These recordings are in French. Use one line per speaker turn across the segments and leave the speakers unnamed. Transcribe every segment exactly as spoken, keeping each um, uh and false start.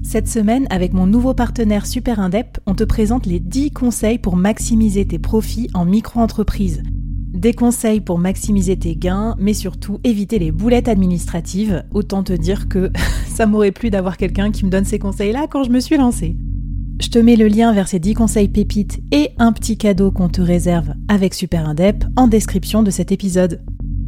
Cette semaine, avec mon nouveau partenaire Super Indep, on te présente les dix conseils pour maximiser tes profits en micro-entreprise. Des conseils pour maximiser tes gains, mais surtout éviter les boulettes administratives. Autant te dire que ça m'aurait plu d'avoir quelqu'un qui me donne ces conseils-là quand je me suis lancée. Je te mets le lien vers ces dix conseils pépites et un petit cadeau qu'on te réserve avec Super Indep en description de cet épisode.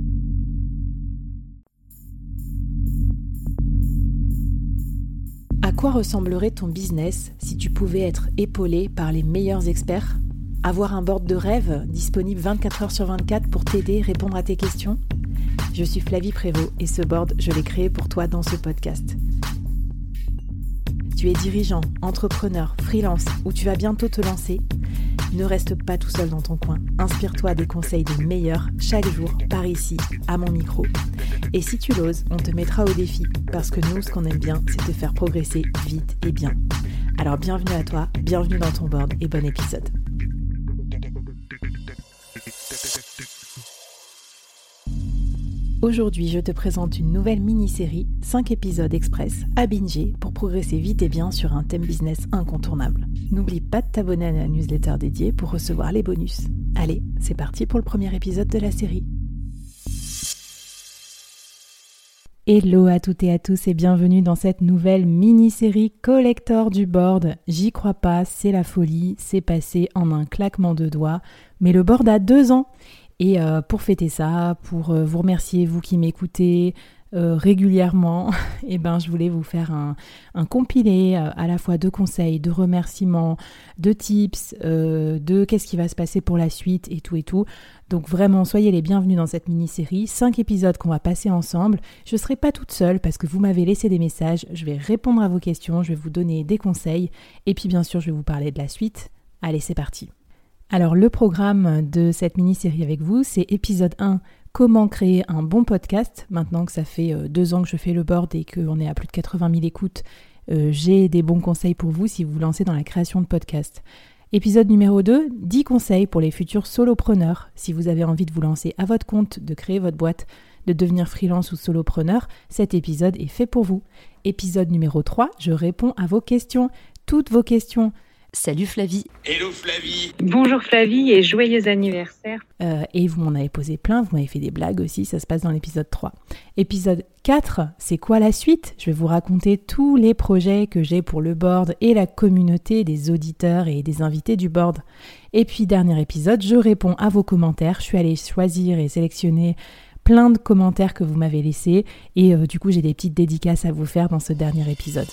À quoi ressemblerait ton business si tu pouvais être épaulé par les meilleurs experts ? Avoir un board de rêve disponible vingt-quatre heures sur vingt-quatre pour t'aider, répondre à tes questions ? Je suis Flavie Prévost et ce board, je l'ai créé pour toi dans ce podcast. Tu es dirigeant, entrepreneur, freelance ou tu vas bientôt te lancer ? Ne reste pas tout seul dans ton coin. Inspire-toi des conseils des meilleurs chaque jour par ici, à mon micro. Et si tu l'oses, on te mettra au défi parce que nous, ce qu'on aime bien, c'est te faire progresser vite et bien. Alors bienvenue à toi, bienvenue dans ton board et bon épisode. Aujourd'hui, je te présente une nouvelle mini-série, cinq épisodes express à binger pour progresser vite et bien sur un thème business incontournable. N'oublie pas de t'abonner à la newsletter dédiée pour recevoir les bonus. Allez, c'est parti pour le premier épisode de la série. Hello à toutes et à tous et bienvenue dans cette nouvelle mini-série collector du board. J'y crois pas, c'est la folie, c'est passé en un claquement de doigts, mais le board a deux ans. Et euh, pour fêter ça, pour euh, vous remercier, vous qui m'écoutez euh, régulièrement, eh ben, je voulais vous faire un, un compilé euh, à la fois de conseils, de remerciements, de tips, euh, de qu'est-ce qui va se passer pour la suite et tout et tout. Donc vraiment, soyez les bienvenus dans cette mini-série. Cinq épisodes qu'on va passer ensemble. Je ne serai pas toute seule parce que vous m'avez laissé des messages. Je vais répondre à vos questions, je vais vous donner des conseils. Et puis bien sûr, je vais vous parler de la suite. Allez, c'est parti. Alors le programme de cette mini-série avec vous, c'est épisode un, comment créer un bon podcast. Maintenant que ça fait deux ans que je fais le board et qu'on est à plus de quatre-vingt mille écoutes, euh, j'ai des bons conseils pour vous si vous vous lancez dans la création de podcast. Épisode numéro deux, dix conseils pour les futurs solopreneurs. Si vous avez envie de vous lancer à votre compte, de créer votre boîte, de devenir freelance ou solopreneur, cet épisode est fait pour vous. Épisode numéro trois, je réponds à vos questions, toutes vos questions. Salut Flavie.
Hello Flavie.
Bonjour Flavie et joyeux anniversaire.
Euh, et vous m'en avez posé plein, vous m'avez fait des blagues aussi, ça se passe dans l'épisode trois. Épisode quatre, c'est quoi la suite ? Je vais vous raconter tous les projets que j'ai pour le board et la communauté des auditeurs et des invités du board. Et puis dernier épisode, je réponds à vos commentaires. Je suis allée choisir et sélectionner plein de commentaires que vous m'avez laissés et euh, du coup j'ai des petites dédicaces à vous faire dans ce dernier épisode.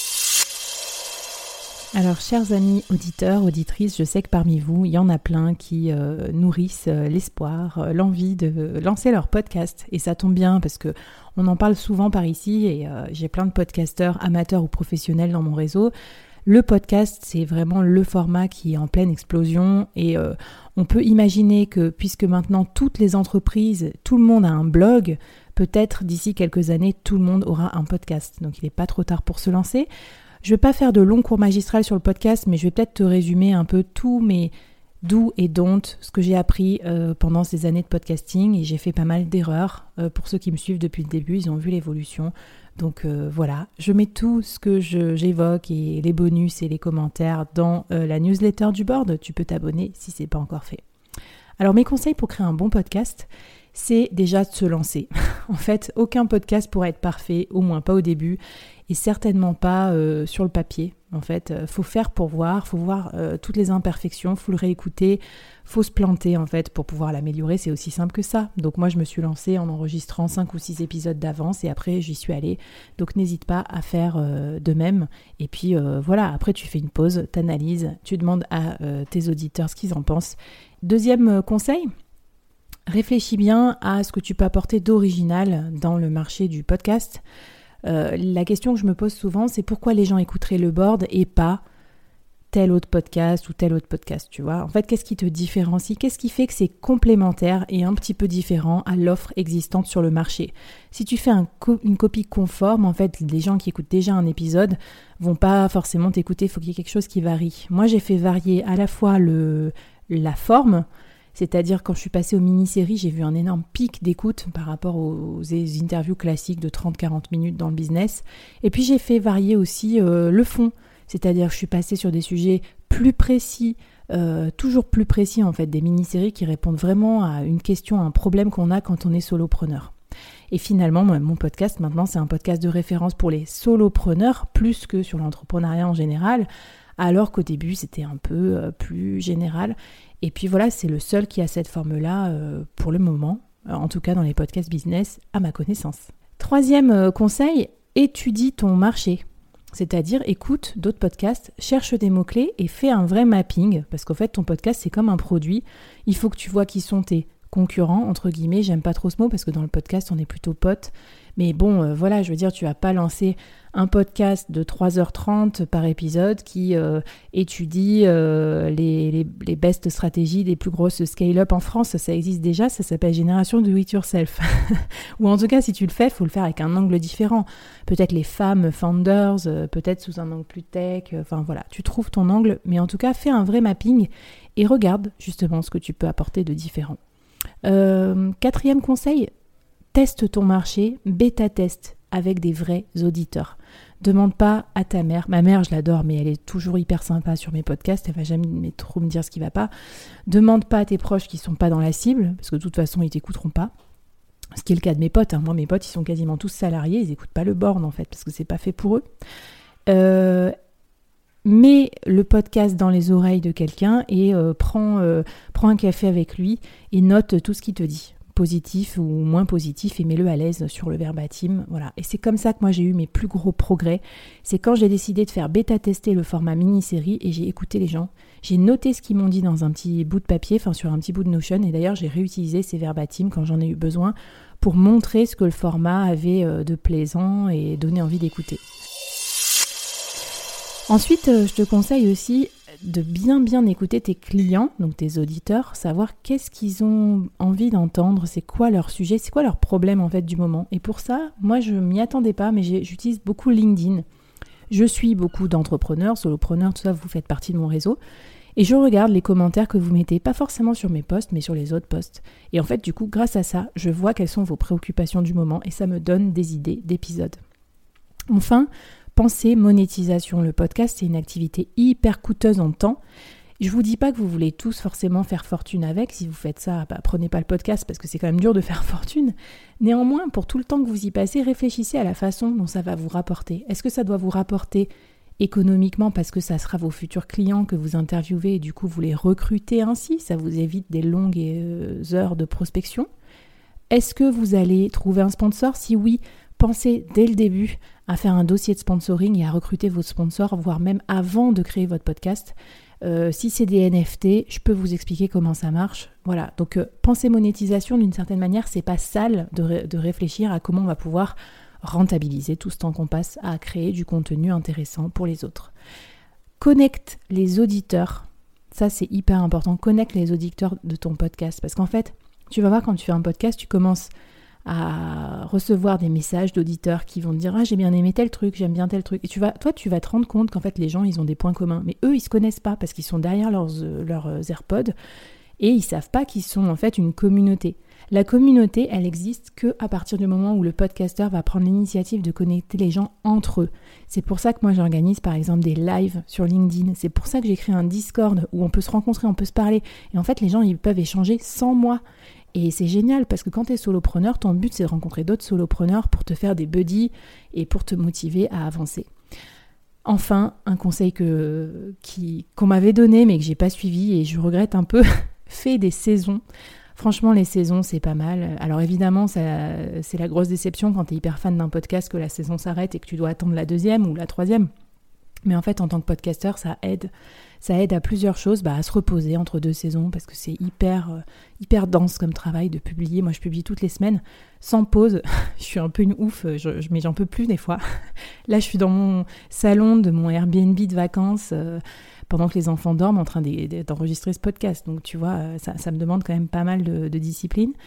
Alors, chers amis auditeurs, auditrices, je sais que parmi vous, il y en a plein qui euh, nourrissent euh, l'espoir, euh, l'envie de lancer leur podcast. Et ça tombe bien parce que on en parle souvent par ici et euh, j'ai plein de podcasteurs amateurs ou professionnels dans mon réseau. Le podcast, c'est vraiment le format qui est en pleine explosion et euh, on peut imaginer que puisque maintenant toutes les entreprises, tout le monde a un blog, peut-être d'ici quelques années, tout le monde aura un podcast. Donc, il n'est pas trop tard pour se lancer. Je ne vais pas faire de longs cours magistrales sur le podcast, mais je vais peut-être te résumer un peu tous mes do's et don'ts, ce que j'ai appris euh, pendant ces années de podcasting. Et j'ai fait pas mal d'erreurs. Euh, pour ceux qui me suivent depuis le début, ils ont vu l'évolution. Donc euh, voilà, je mets tout ce que je, j'évoque et les bonus et les commentaires dans euh, la newsletter du board. Tu peux t'abonner si ce n'est pas encore fait. Alors mes conseils pour créer un bon podcast, c'est déjà de se lancer. En fait, aucun podcast pourra être parfait, au moins pas au début, et certainement pas euh, sur le papier. En fait, euh, faut faire pour voir, faut voir euh, toutes les imperfections, faut le réécouter, faut se planter en fait pour pouvoir l'améliorer. C'est aussi simple que ça. Donc moi, je me suis lancée en enregistrant cinq ou six épisodes d'avance et après j'y suis allée. Donc n'hésite pas à faire euh, de même. Et puis euh, voilà, après tu fais une pause, t'analyses, tu demandes à euh, tes auditeurs ce qu'ils en pensent. Deuxième euh, conseil. Réfléchis bien à ce que tu peux apporter d'original dans le marché du podcast. Euh, la question que je me pose souvent, c'est pourquoi les gens écouteraient le board et pas tel autre podcast ou tel autre podcast, tu vois. En fait, qu'est-ce qui te différencie ? Qu'est-ce qui fait que c'est complémentaire et un petit peu différent à l'offre existante sur le marché ? Si tu fais un co- une copie conforme, en fait, les gens qui écoutent déjà un épisode vont pas forcément t'écouter, il faut qu'il y ait quelque chose qui varie. Moi, j'ai fait varier à la fois le, la forme. C'est-à-dire, quand je suis passée aux mini-séries, j'ai vu un énorme pic d'écoute par rapport aux, aux interviews classiques de trente à quarante minutes dans le business. Et puis, j'ai fait varier aussi euh, le fond. C'est-à-dire que je suis passée sur des sujets plus précis, euh, toujours plus précis en fait, des mini-séries qui répondent vraiment à une question, à un problème qu'on a quand on est solopreneur. Et finalement, mon podcast, maintenant, c'est un podcast de référence pour les solopreneurs, plus que sur l'entrepreneuriat en général, alors qu'au début, c'était un peu euh, plus général. Et puis voilà, c'est le seul qui a cette forme-là euh, pour le moment, en tout cas dans les podcasts business, à ma connaissance. Troisième euh, conseil, étudie ton marché. C'est-à-dire, écoute d'autres podcasts, cherche des mots-clés et fais un vrai mapping, parce qu'en fait, ton podcast, c'est comme un produit. Il faut que tu vois qui sont tes concurrents, entre guillemets. J'aime pas trop ce mot, parce que dans le podcast, on est plutôt potes. Mais bon, euh, voilà, je veux dire, tu vas pas lancer un podcast de trois heures trente par épisode qui euh, étudie euh, les, les, les best stratégies des plus grosses scale-up en France. Ça existe déjà, ça s'appelle Génération Do It Yourself. Ou en tout cas, si tu le fais, il faut le faire avec un angle différent. Peut-être les femmes founders, euh, peut-être sous un angle plus tech. Euh, enfin voilà, tu trouves ton angle. Mais en tout cas, fais un vrai mapping et regarde justement ce que tu peux apporter de différent. Euh, quatrième conseil, teste ton marché, bêta-teste avec des vrais auditeurs. Demande pas à ta mère. Ma mère, je l'adore, mais elle est toujours hyper sympa sur mes podcasts. Elle va jamais trop me dire ce qui va pas. Demande pas à tes proches qui sont pas dans la cible, parce que de toute façon, ils t'écouteront pas. Ce qui est le cas de mes potes. Hein. Moi, mes potes, ils sont quasiment tous salariés. Ils écoutent pas le board, en fait, parce que c'est pas fait pour eux. Euh, mets le podcast dans les oreilles de quelqu'un et euh, prends, euh, prends un café avec lui et note tout ce qu'il te dit. Positif ou moins positif, et mets-le à l'aise sur le verbatim, voilà. Et c'est comme ça que moi j'ai eu mes plus gros progrès, c'est quand j'ai décidé de faire bêta-tester le format mini-série et j'ai écouté les gens, j'ai noté ce qu'ils m'ont dit dans un petit bout de papier, enfin sur un petit bout de Notion, et d'ailleurs j'ai réutilisé ces verbatims quand j'en ai eu besoin pour montrer ce que le format avait de plaisant et donner envie d'écouter. Ensuite, je te conseille aussi de bien bien écouter tes clients, donc tes auditeurs, savoir qu'est-ce qu'ils ont envie d'entendre, c'est quoi leur sujet, c'est quoi leur problème en fait du moment. Et pour ça, moi je m'y attendais pas, mais j'ai, j'utilise beaucoup LinkedIn. Je suis beaucoup d'entrepreneurs, solopreneurs, tout ça, vous faites partie de mon réseau. Et je regarde les commentaires que vous mettez, pas forcément sur mes posts, mais sur les autres posts. Et en fait, du coup, grâce à ça, je vois quelles sont vos préoccupations du moment et ça me donne des idées d'épisodes. Enfin, pensez monétisation. Le podcast, c'est une activité hyper coûteuse en temps. Je vous dis pas que vous voulez tous forcément faire fortune avec. Si vous faites ça, bah, prenez pas le podcast parce que c'est quand même dur de faire fortune. Néanmoins, pour tout le temps que vous y passez, réfléchissez à la façon dont ça va vous rapporter. Est-ce que ça doit vous rapporter économiquement parce que ça sera vos futurs clients que vous interviewez et du coup vous les recrutez ainsi? Ça vous évite des longues heures de prospection. Est-ce que vous allez trouver un sponsor? Si oui, pensez dès le début à faire un dossier de sponsoring et à recruter vos sponsors, voire même avant de créer votre podcast. Euh, si c'est des N F T, je peux vous expliquer comment ça marche. Voilà, donc euh, pensez monétisation d'une certaine manière, c'est pas sale de, ré- de réfléchir à comment on va pouvoir rentabiliser tout ce temps qu'on passe à créer du contenu intéressant pour les autres. Connecte les auditeurs, ça c'est hyper important, connecte les auditeurs de ton podcast, parce qu'en fait, tu vas voir quand tu fais un podcast, tu commences à recevoir des messages d'auditeurs qui vont te dire « Ah, j'ai bien aimé tel truc, j'aime bien tel truc ». Et tu vas, toi, tu vas te rendre compte qu'en fait, les gens, ils ont des points communs. Mais eux, ils se connaissent pas parce qu'ils sont derrière leurs, leurs AirPods et ils savent pas qu'ils sont en fait une communauté. La communauté, elle existe qu'à partir du moment où le podcasteur va prendre l'initiative de connecter les gens entre eux. C'est pour ça que moi, j'organise par exemple des lives sur LinkedIn. C'est pour ça que j'ai créé un Discord où on peut se rencontrer, on peut se parler. Et en fait, les gens, ils peuvent échanger sans moi. Et c'est génial parce que quand tu es solopreneur, ton but c'est de rencontrer d'autres solopreneurs pour te faire des buddies et pour te motiver à avancer. Enfin, un conseil que, qui, qu'on m'avait donné mais que j'ai pas suivi et je regrette un peu, fais des saisons. Franchement, les saisons, c'est pas mal. Alors évidemment, ça, c'est la grosse déception quand tu es hyper fan d'un podcast que la saison s'arrête et que tu dois attendre la deuxième ou la troisième. Mais en fait, en tant que podcasteur, ça aide. Ça aide à plusieurs choses, bah, à se reposer entre deux saisons parce que c'est hyper, euh, hyper dense comme travail de publier. Moi, je publie toutes les semaines sans pause. Je suis un peu une ouf, je, je, mais j'en peux plus des fois. Là, je suis dans mon salon de mon Airbnb de vacances euh, pendant que les enfants dorment en train d'enregistrer ce podcast. Donc, tu vois, ça, ça me demande quand même pas mal de, de discipline.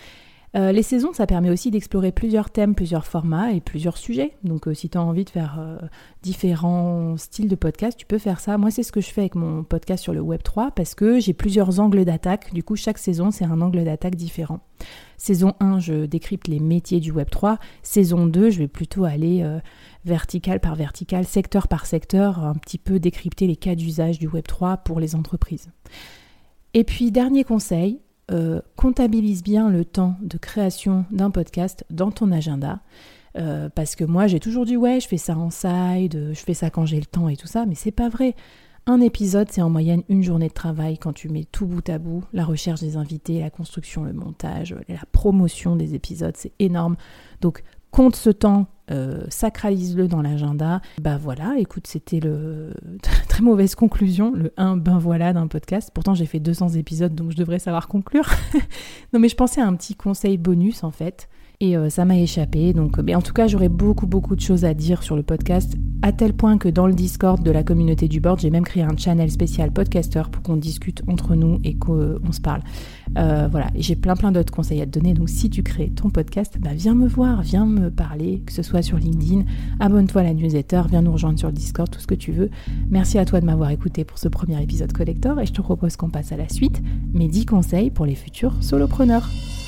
Euh, les saisons, ça permet aussi d'explorer plusieurs thèmes, plusieurs formats et plusieurs sujets. Donc euh, si tu as envie de faire euh, différents styles de podcast, tu peux faire ça. Moi, c'est ce que je fais avec mon podcast sur le web trois parce que j'ai plusieurs angles d'attaque. Du coup, chaque saison, c'est un angle d'attaque différent. Saison un, je décrypte les métiers du web trois. Saison deux, je vais plutôt aller euh, vertical par vertical, secteur par secteur, un petit peu décrypter les cas d'usage du web trois pour les entreprises. Et puis, dernier conseil, euh, comptabilise bien le temps de création d'un podcast dans ton agenda. Euh, parce que moi, j'ai toujours dit, ouais, je fais ça en side, je fais ça quand j'ai le temps et tout ça, mais c'est pas vrai. Un épisode, c'est en moyenne une journée de travail quand tu mets tout bout à bout, la recherche des invités, la construction, le montage, la promotion des épisodes, c'est énorme. Donc, compte ce temps, euh, sacralise-le dans l'agenda. Bah voilà, écoute, c'était le très mauvaise conclusion, le un ben voilà d'un podcast. Pourtant, j'ai fait deux cents épisodes, donc je devrais savoir conclure. Non, mais je pensais à un petit conseil bonus, en fait. Et euh, ça m'a échappé. Donc, mais en tout cas, j'aurais beaucoup, beaucoup de choses à dire sur le podcast, à tel point que dans le Discord de la communauté du board, j'ai même créé un channel spécial podcaster pour qu'on discute entre nous et qu'on se parle. Euh, voilà, et j'ai plein, plein d'autres conseils à te donner. Donc, si tu crées ton podcast, bah, viens me voir, viens me parler, que ce soit sur LinkedIn, abonne-toi à la newsletter, viens nous rejoindre sur le Discord, tout ce que tu veux. Merci à toi de m'avoir écouté pour ce premier épisode collector et je te propose qu'on passe à la suite, mes dix conseils pour les futurs solopreneurs.